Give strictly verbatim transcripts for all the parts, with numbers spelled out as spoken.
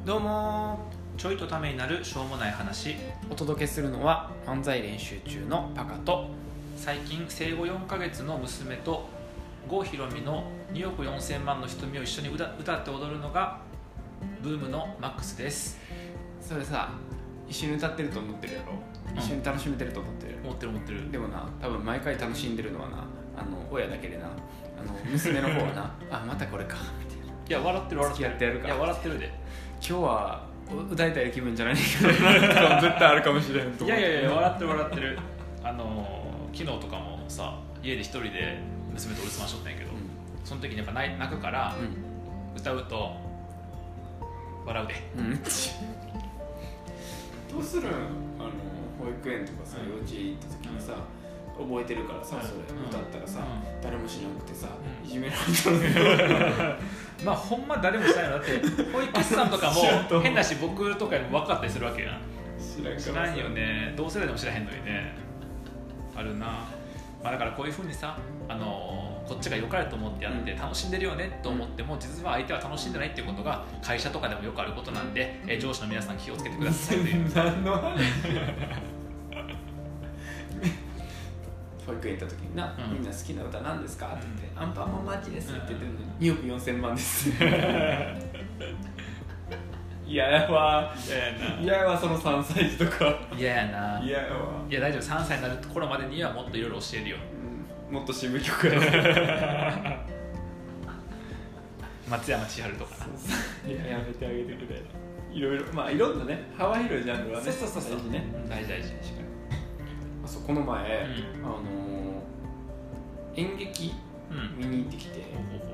どうもちょいとためになるしょうもない話。 お届けするのは漫才練習中のパカと最近生後よんかげつの娘と郷ひろみのにおくよんせんまんの瞳を一緒に歌って踊るのがブームのマックスです。 それさ、一緒に歌ってると思ってるやろ、うん、一緒に楽しめてると思ってる思ってる思ってる。 でもな、多分毎回楽しんでるのはな、あの親だけでな、あの娘の方はなあ、またこれかみたいな。 いや笑ってる笑ってる。 付き合ってやるか。 いや笑ってるで。 今日は歌いたい気分じゃないけどな絶対あるかもしれんと。 いやいやいや笑ってる笑ってる。あの昨日とかもさ、家で一人で娘と留守番しとったんやけど、うん、その時にやっぱ泣くから、うん、歌うと笑うで、うん、どうするん？あの保育園とかさ、うん、幼稚園行った時にさ、うん、覚えてるからさ、それ、うん、歌ったらさ、うん、誰もしなくてさ、うん、いじめられたのまあほんま誰もしないのだって保育士さんとかも変なし僕とかにも分かったりするわけやん。 知らん知らんよね。同世代でも知らへんのにね。あるな。まあ、だからこういう風にさ、あのー、こっちが良かれと思ってやって楽しんでるよねと思っても、実は相手は楽しんでないっていうことが会社とかでもよくあることなんで、えー、上司の皆さん気をつけてくださいという何の話保育園行った時にな、うん、みんな好きな歌何ですかって言って、うん、アンパンマンマッチですって言ってるのに、におくよんせんまんです嫌やわ嫌やわ、そのさんさい児とか嫌やな。 嫌やわ。 いや大丈夫、さんさいになる頃までにはもっといろいろ教えるよ、 うん、もっと新聞局や松山千春とかな。 いややめてあげてくれ。いろいろ、まあいろんなね、幅広いジャンルはね、 そうそうそうそう、 大事ね、 大事大事。 確かに。あ、そう、この前、うん、あのー、演劇見に行ってきて、うん、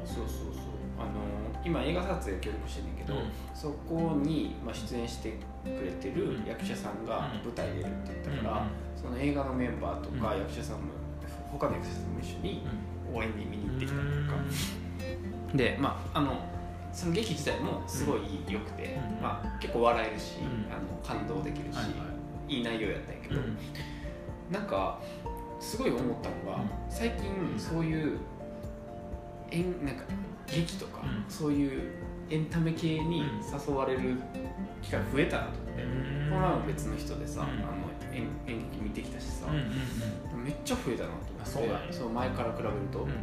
そうそうそう、あのー、今映画撮影協力してるんだけど、うん、そこに、まあ、出演してくれてる役者さんが舞台出るって言ったから、うん、その映画のメンバーとか役者さんも、うん、他の役者さんも一緒に応援に見に行ってきたりとか、うん、で、まああのその劇自体もすごい良くて、うん、まあ、結構笑えるし、うん、あの感動できるし、はいはい、いい内容やったんやけど、うん、なんかすごい思ったのが、うん、最近そういう演なんか劇とか、うん、そういうエンタメ系に誘われる機会増えたなと思って、うん、この前も別の人でさ、うん、あの 演, 演劇見てきたしさ、うんうんうん、めっちゃ増えたなと思って、そうだね、そう前から比べると、うん、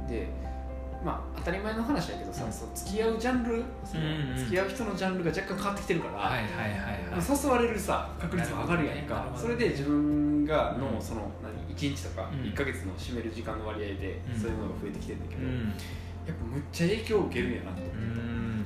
でまあ、当たり前の話だけどさ、うん、そう付き合うジャンル、そのうんうん、付き合う人のジャンルが若干変わってきてるから、はいはいはいはい、誘われるさ確率も上がるやんか、ね、それで自分がの、その何いちにちとかいっかげつの占める時間の割合で、うん、そういうのが増えてきてるんだけど、うん、やっぱむっちゃ影響を受けるんやなと思って、うん、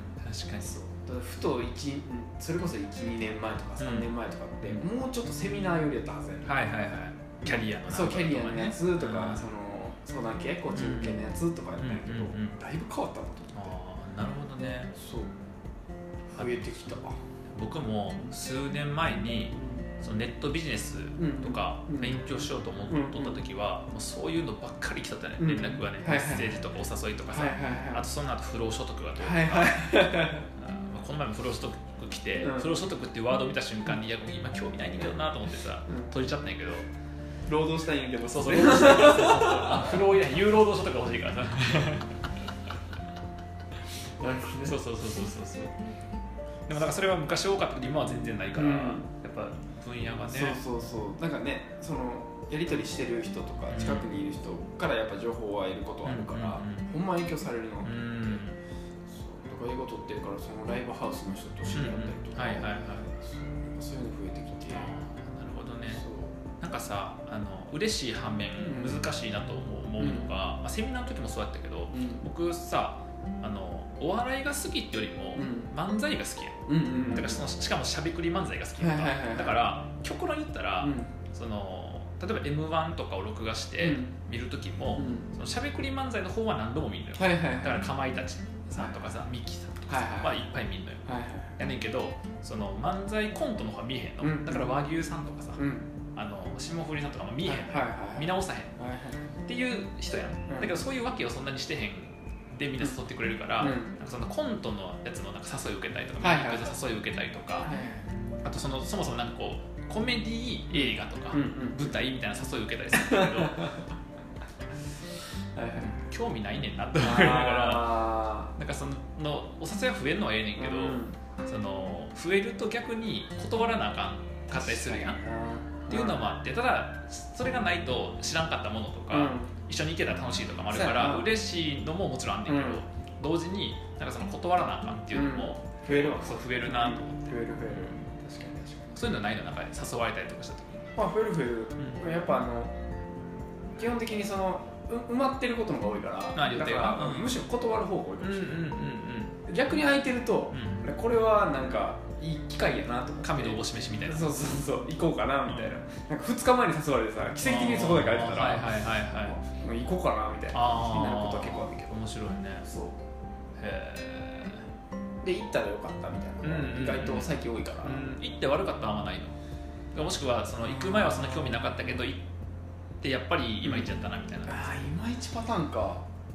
確かにそう。 だからふといちそれこそいちにねんまえとかさんねんまえとかって、うん、もうちょっとセミナーよりやったはずやねん、 はいはいはい、キャリアのそうキャリアのやつとか、うん、その相談系コーチング系のやつとかやったんやけど、うんうんうん、だいぶ変わったなと思って。 ああ、なるほどね。 そう増えてきた。 僕も数年前にそのネットビジネスとか勉強しようと思っとった時は、もうそういうのばっかり来たったね、連絡がね、メッセージとかお誘いとかさ、はいはいはい、あとその後不労所得がどうとか、はいはいこの前も不労所得来て、うん、不労所得っていうワードを見た瞬間に、いや今興味ないんだけどなと思ってさ、うん、取れちゃったんやけど、 労働したいんやけど、 そうそう、労働したいんやけど、不労以来有労働所得が欲しいからさそうそうそうそうそう。でもなんかそれは昔多かったけど今は全然ないから、うん、やっぱ分野がね、 そうそうそう、なんかね、そのやり取りしてる人とか近くにいる人からやっぱ情報を得ることはあるから、うんうんうん、ほんま影響されるのって、うん、そうだから英語取ってるから、そのライブハウスの人と知り合ったりとか、うんうん、はいはいはい、そういうの増えてきて、 なるほどね。なんかさ、あの嬉しい反面難しいなと思うのが、うん、まあ、セミナーの時もそうやったけど、うん、僕さ、あのお笑いが好きってよりも、うん、漫才が好きや、うんうんうん、だからそのしかもしゃべくり漫才が好きや、はいはいはいはい、だから極論言ったら、うん、その例えば エムワン とかを録画して見る時も、うん、そのしゃべくり漫才の方は何度も見るのよ、はいはいはい、だからかまいたちさんとかさ、ミキさんとかさ、はいはい、はいっぱい見るのよ、はいはい、やねんけど、その漫才コントの方は見えへんの、うん、だから和牛さんとかさ、うん、あの霜降りさんとかも見えへんの、はいはいはい、見直さへん、はいはい、っていう人やん、うん、だけどそういうわけをそんなにしてへんでみんな誘ってくれるから、うん、なんかそのコントのやつのなんか誘い受けたりとか、はいはいはい、誘い受けたりとか、はいはい、あとそのそもそもなんかこうコメディ映画とか、うんうん、舞台みたいな誘い受けたりするんだけどはい、はい、興味ないねんなって思いながら、なんかそのお誘いが増えるのはええねんけど、うん、 その増えると逆に断らなあかんかったりするやんっていうのもあって、ただそれがないと知らんかったものとか、うん、一緒に行けたら楽しいとかもあるから嬉しいのももちろんあんねんけど、うん、同時になんかその断らなあかんっていうのも、 うん、増えるわ。 そう増えるなと思って、 増える増える。確かに確かに。 そういうのないの？なんか誘われたりとかした時に。 まあ増える増える、うん、やっぱあの基本的にその埋まってることのが多いから、 あだから、 うん、むしろ断る方が多いかもしれない、 うんうんうんうん、 逆に空いてると、うん、これはなんかいい機会やなと思って神のお示しみたいな、 そうそうそう行こうかなみたいな、なんかふつかまえに誘われてさ奇跡的にそこで書いてたら、 はいはいはいはい、 行こうかなみたいな気になることは結構あるけど、 面白いね。 そうへーで行ったらよかったみたいなのが、うん、意外と最近多いから、 うん、行って悪かったのはあんまないの？もしくはその行く前はそんな興味なかったけど行ってやっぱりいまいちやったなみたいな、うん、 ああいまいちパターンか。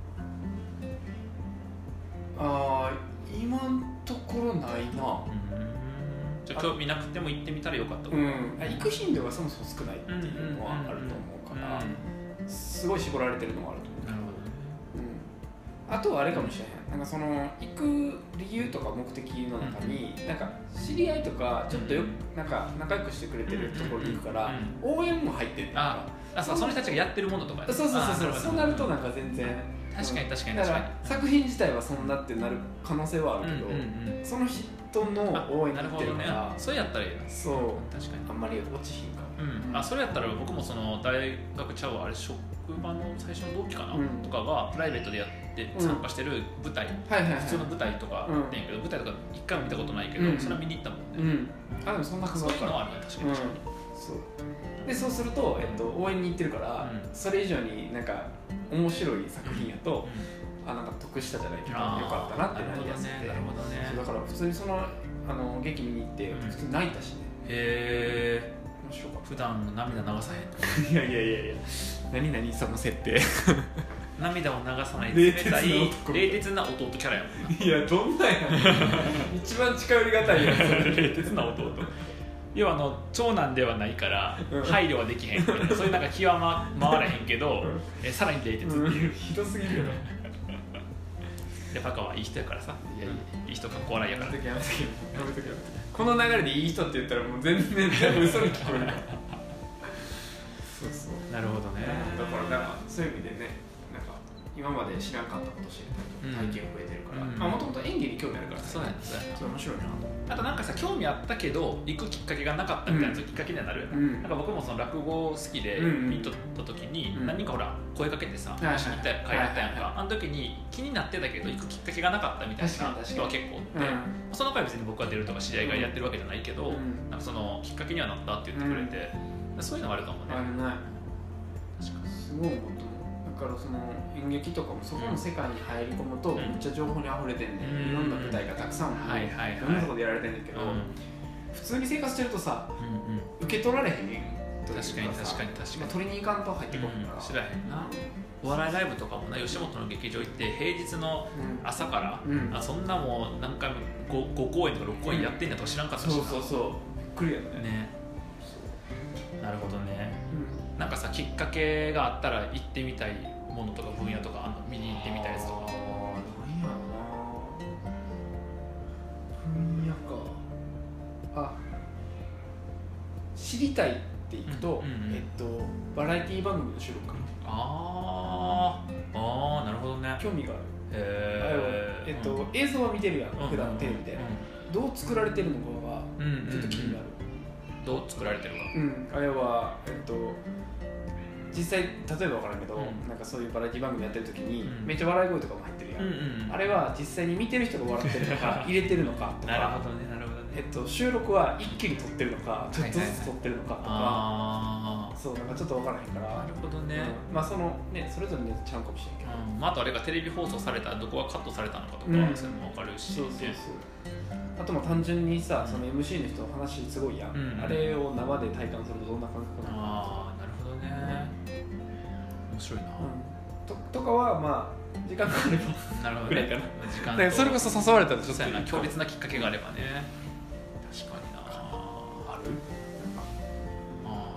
ああ今んところないな。 じゃあ興味なくても行ってみたらよかった。 うん、行く頻度がそもそも少ないっていうのはあると思うから、すごい絞られてるのもあると思う。 なるほどね。 うん、あとはあれかもしれへん。なんかその行く理由とか目的の中に、うん、なんか知り合いとかちょっとよ、うん、なんか仲良くしてくれてるところに行くから、うん、応援も入ってるから。 あ、その人たちがやってるものとか。 そうそうそうそう。そうなるとなんか全然。 確かに確かに確かに。作品自体はそんなってなる可能性はあるけど、うんうんうん、その人の応援に行ってるから、 ね、それやったらいいな。 そう。確かに。あんまり落ちひんかも。 うん。あ、それやったら僕もその大学ちゃうわあれ職場の最初の同期かな、うん、とかがプライベートでやって参加してる舞台、うんはいはいはい、普通の舞台とかってんやけど、うん、舞台とか一回も見たことないけど、うん、それは見に行ったもんね。 うん。あでもそんな感じ。 そういうのはあるね確かに確かに。 そうでそうすると、えっと、応援に行ってるから、うん、それ以上になんか面白い作品やと、うん、あなんか得したじゃないけどよかったなってなりやすくて、 なるほどね、 だから普通にそのあの劇見に行って普通に泣いたしね、 うん、へえ面白かった。普段涙流さへんいやいやいやいや何何その設定涙を流さない冷たい冷徹な弟キャラやもんな。 いやどんなんや一番近寄りがたいやつ冷徹な弟要はあの長男ではないから配慮はできへんそういうなんか気は、ま、回らへんけど、うん、えさらに冷徹っていう、うん、 ひどすぎるよでパカはいい人やからさ、いやいい人かっこ悪いやからやめとけやめとけやめとけこの流れでいい人って言ったらもう全然全部嘘に聞こえるそうそうなるほどね。 だからなんかそういう意味でね今まで知らんかったこと知れたりとか体験増えてるから、もともと演技に興味あるからそうなんですよ。 それ面白いなと。 あとなんかさ興味あったけど行くきっかけがなかったみたいな、うん、きっかけにはなる、うん、なんか僕もその落語好きで見とった時に、うん、何人かほら声かけてさ、うん、一緒に行った会やったやんか、あの時に気になってたけど行くきっかけがなかったみたいな人は結構おって、うん、その回別に僕が出るとか知り合いがやってるわけじゃないけど、うん、なんかそのきっかけにはなったって言ってくれて、うん、そういうのがあるかもね。 あるね。確かにすごい思った。だからその演劇とかもそこの世界に入り込むとめっちゃ情報にあふれてんね、うん、いろんな舞台がたくさんある、いろんなところでやられてんねんけど、うん、普通に生活してるとさ、うんうん、受け取られへんというかさ、 確かに確かに確かに取りに行かんと入ってこないから、 うん、知らへんな。お笑いライブとかもな吉本の劇場行って平日の朝から、うん、あそんなもう何回も 5, 5公演とかろっ公演やってんだとか知らんかったしな、 そうそうそうびっくりやね。 ねなるほどね、うん、なんかさきっかけがあったら行ってみたいものとか分野とかあの見に行ってみたいやつとか。 ああ何やろな分野か。あ知りたいっていくと、うんうんうん、えっとバラエティ番組の収録かな。 あーあーなるほどね。 興味がある。 へえっと、うん、映像は見てるやん、うん、普段テレビで、うん、どう作られてるのかはちょっと気になる、 うんうんうん、どう作られてるか、 うん、あれはえっと実際例えば分からんけど、うん、なんかそういうバラエティ番組やってる時に、うん、めっちゃ笑い声とかも入ってるやん、うんうん、あれは実際に見てる人が笑ってるのか入れてるのかとかなるほどねなるほどね、 えっと、収録は一気に撮ってるのかちょっとずつ撮ってるのかとか、はいはいはい、そうなんかちょっと分からへんから。 なるほどね、 うん、まあそのねそれぞれによってちゃうかもしれんけど、 うんまあ、あとあれがテレビ放送されたらどこがカットされたのかとか、うん、そういうのも分かるし、 そうそうそうあとも単純にさ、その エムシー の人の話すごいやん、うん、あれを生で体感するとどんな感覚なのか。 ああなるほどね、面白いな、うん、 と, とかはまあ時間があればなるほど、ね、 ぐらいかな。 時間とそれこそ誘われたらちょっとそうやな強烈なきっかけがあればね。確かになあるあ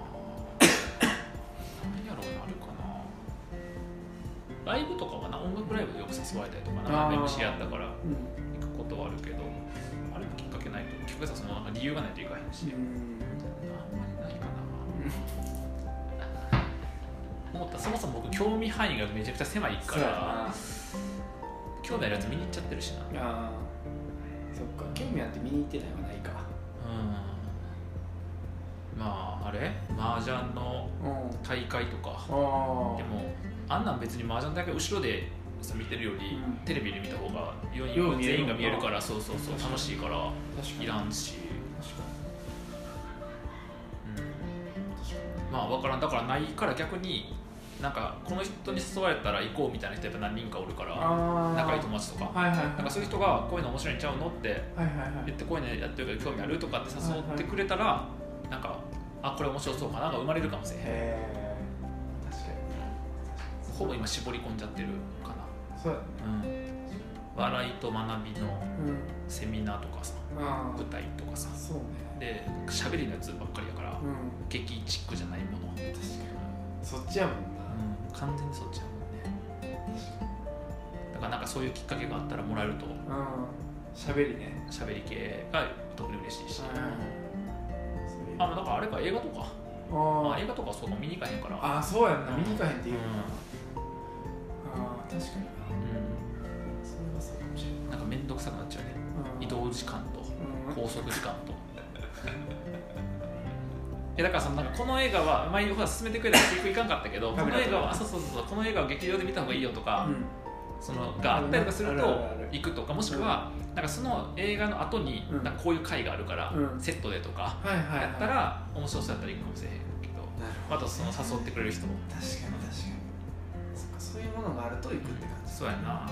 何やろうなあるかな。ライブとかはな音楽ライブでよく誘われたりとかな エムシー やったから、うん、行くことことはあるけど、あれもきっかけないと、きっかけさそのなんか理由がないといかへんし、うん、あんまりないかな思った。そもそも僕興味範囲がめちゃくちゃ狭いから興味あるやつ見に行っちゃってるしな。 あそっか、興味あって見に行ってないはないか。 うん、まああれ麻雀の大会とか、うん、でもあんなん別に麻雀大会後ろで見てるより、うん、テレビで見た方がよにん全員が見えるから、そうそうそう楽しいからいらんし、確かに、うん、確かにまあ分からん。だからないから逆になんかこの人に誘われたら行こうみたいな人やっぱ何人かおるから、仲いい友達とか、はいはいはい、なんかそういう人がこういうの面白いんちゃうのって言ってこういうのやってるけど興味あるとかって誘ってくれたら、はいはい、なんかあこれ面白そうかなが生まれるかもしれへん。へ確かにほぼ今絞り込んじゃってるかな。そうやね、うん、笑いと学びのセミナーとかさ、うん、舞台とかさ、そうね、で喋りのやつばっかりだから、うん、劇チックじゃないもの。確かにそっちやもんな、 うん、完全にそっちやもんね。だからなんかそういうきっかけがあったらもらえると、うん、 喋りね、 喋り系が特に嬉しいし、うん、あだからあれか映画とか、あ映画とかそうか見に行かへんから。 あそうやんな、見に行かへんっていうかな、うん、あ確かにな、うん、それはそうかもしれない。 なんかめんどくさくなっちゃうね、うん、移動時間と、うん、拘束時間とだからそのなんかこの映画は前にほら勧めてくれたら結局いかんかったけどこの映画はそうそうそうこの映画を劇場で見た方がいいよとか、うん、そのがあったりとかすると行くとか、もしくはなんかその映画の後になんかこういう回があるから、うん、セットでとかやったら面白そうやったら行くかもしれへんけど、あとその誘ってくれる人も確かに確かにそっか、そういうものがあると行くって感じ、 うん、そうやな。あ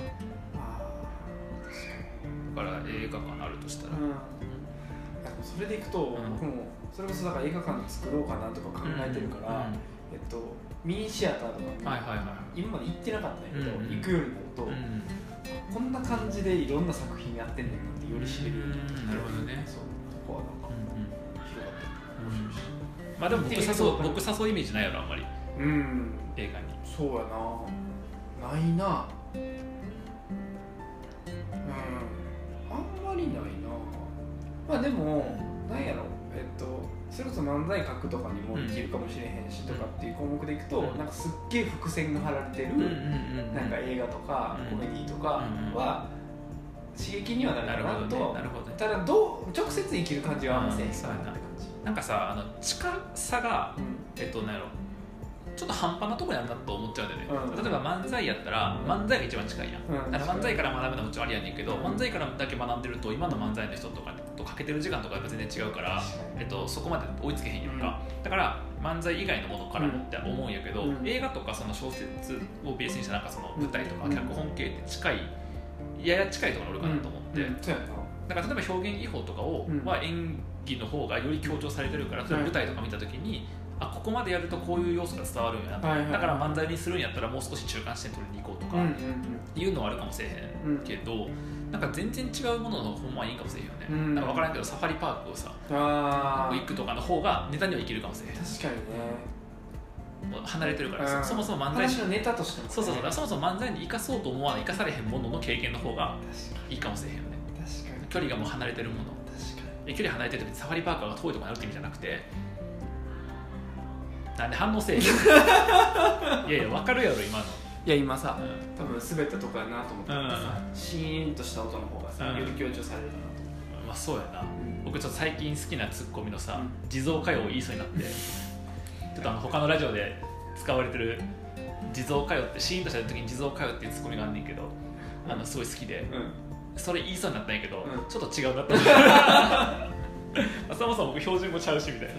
確かに。だから映画館あるとしたら、うん、 それでいくと、うん、僕もそれこそだから映画館作ろうかなとか考えてるから、うんうん、えっと、ミニシアターとか、はいはいはい、今まで行ってなかったんだけど、うんうん、行くようになると、うん、こんな感じでいろんな作品やってんねんなってより知れるようになって、 なるほどね。 そうここはなんか、うんうん、広がって面白いし、 まあでも僕誘う僕誘うイメージないやろあんまり、うん、映画に。 そうやな、ないな、うん、あんまりないな。まあでもなんやろ、えっとそれこそ漫才書くとかにもできるかもしれへんしとかっていう項目でいくと、うん、なんかすっげえ伏線が張られてる、うんうんうん、なんか映画とか、うん、コメディとかは刺激にはなるかなと、ねね、ただどう直接生きる感じはあんませえへんかなって感じ。 なんかさあの近さが、うん、えっとなんやろちょっと半端なところやんなと思っちゃうんだよね、うん、例えば漫才やったら、うん、漫才が一番近いやん、うん、だから漫才から学ぶのはもちろんありやねんけど、うん、漫才からだけ学んでると今の漫才の人とかとかけてる時間とかやっぱ全然違うから、えっと、そこまで追いつけへんやんか、うん、だから漫才以外のものからもって思うんやけど、うん、映画とかその小説をベースにしたなんかその舞台とか脚本系って近いやや近いところにおるかなと思って、うんうん、だから例えば表現技法とかを、うん、は演技の方がより強調されてるから、例えば舞台とか見た時にあここまでやるとこういう要素が伝わるんやな、はいはい、だから漫才にするんやったらもう少し中間視点取りに行こうとか、うんうんうん、いうのはあるかもしれへんけど、うん、なんか全然違うもののほんまはいいかもしれへんよね、うん、なんか分からんけどサファリパークをさあ行くとかの方がネタには生きるかもしれへん。 確かにね、 離れてるから、そもそも漫才話のネタとしても、ね、 そうそうそう、そもそも漫才に生かそうと思わない生かされへんものの経験の方がいいかもしれへんよね。確かに距離がもう離れてるもの、確かに距離離れてるとサファリパークが遠いところにあるって意味じゃなくて、なんで反応せえへんいやいや分かるやろ今の。 いや今さ、うん、多分滑ったとこやなと思ったらさ、うん、シーンとした音の方がさ、うん、より強調されるかなと思って、 まあそうやな、うん、僕ちょっと最近好きなツッコミのさ、うん、地蔵歌謡を言いそうになってちょっとあの他のラジオで使われてる地蔵歌謡ってシーンとした時に地蔵歌謡っていうツッコミがあんねんけど、うん、あのすごい好きで、うん、それ言いそうになったんやけど、うん、ちょっと違うなってそもそも僕標準語ちゃうしみたいな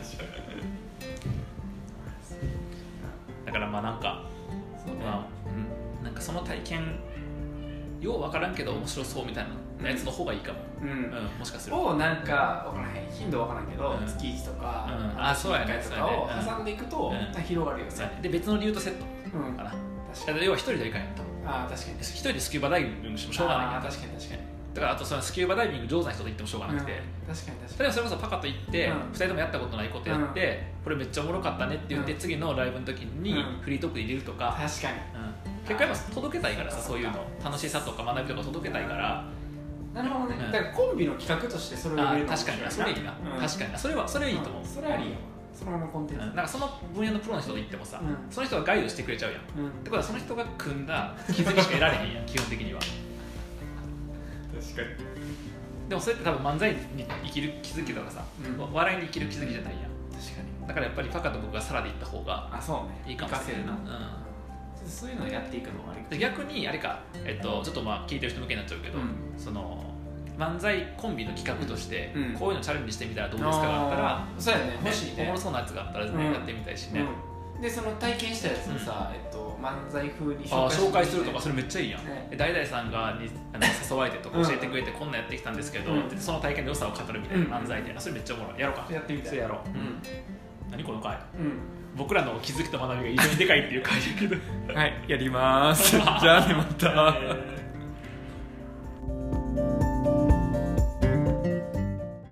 だからまあなんかそう、ね、まあうん、なんかその体験よう分からんけど面白そうみたいなやつの方がいいかも、うんうん、もしかするとをなんか分からへん頻度分からんけど、うん、月いちとか、 うん、あそうやねとかを挟んでいくと、うん、広がるよね。 で別の理由とセットかな、うん、確かに要は一人ではいかんやんと。 あ確かに一人でスキューバダイビングしてもしょうがないやん。 確かに確かに。 だからあとそのスキューバダイビング上手な人と行ってもしょうがなくて、 うん、確かに確かに。 例えばそれこそパカッと行って、うん、ふたりともやったことないことやって、うん、これめっちゃおもろかったねって言って、うん、次のライブの時にフリートークで入れるとか、 確かに、 うん、結構やっぱ届けたいからさ、そういうの楽しさとか学びとか届けたいからなるほどね、 うん、 だからコンビの企画としてそれを入れるのも確かにそれいいな、うん、確かにそれはそれはいいと思う、 うん、それありやわそのままコンテンツ、うん、 なんかその分野のプロの人と言ってもさ、うん、その人がガイドしてくれちゃうやん、うん、ってことはその人が組んだ気づきしか得られへんやん基本的には確かにでもそれって多分漫才に生きる気づきとかさ、うん、笑いに生きる気づきじゃないやん確かにだからやっぱりパカと僕がサラで行った方がいいかもしれないな、 うん、そういうのをやっていくのもありか逆にあれか、えっと、ちょっとまあ聞いてる人向けになっちゃうけど、うん、その漫才コンビの企画として、うん、こういうのチャレンジしてみたらどうですかがあったらそうやね欲しいねおもろそうなやつがあったら、ねうん、やってみたいしね、 うん、でその体験したやつをさ、うんえっと、漫才風に紹介紹介するとかそれめっちゃいいやん、ね、大々さんがにあの誘われてとか教えてくれてこんなんやってきたんですけど、うん、その体験の良さを語るみたいな漫才で、うん、それめっちゃおもろいやろうかやってみたいそれやろう、うん、何この回、 うん僕らの気づきと学びが異常にでかいっていう回だけどはいやりますじゃあねまた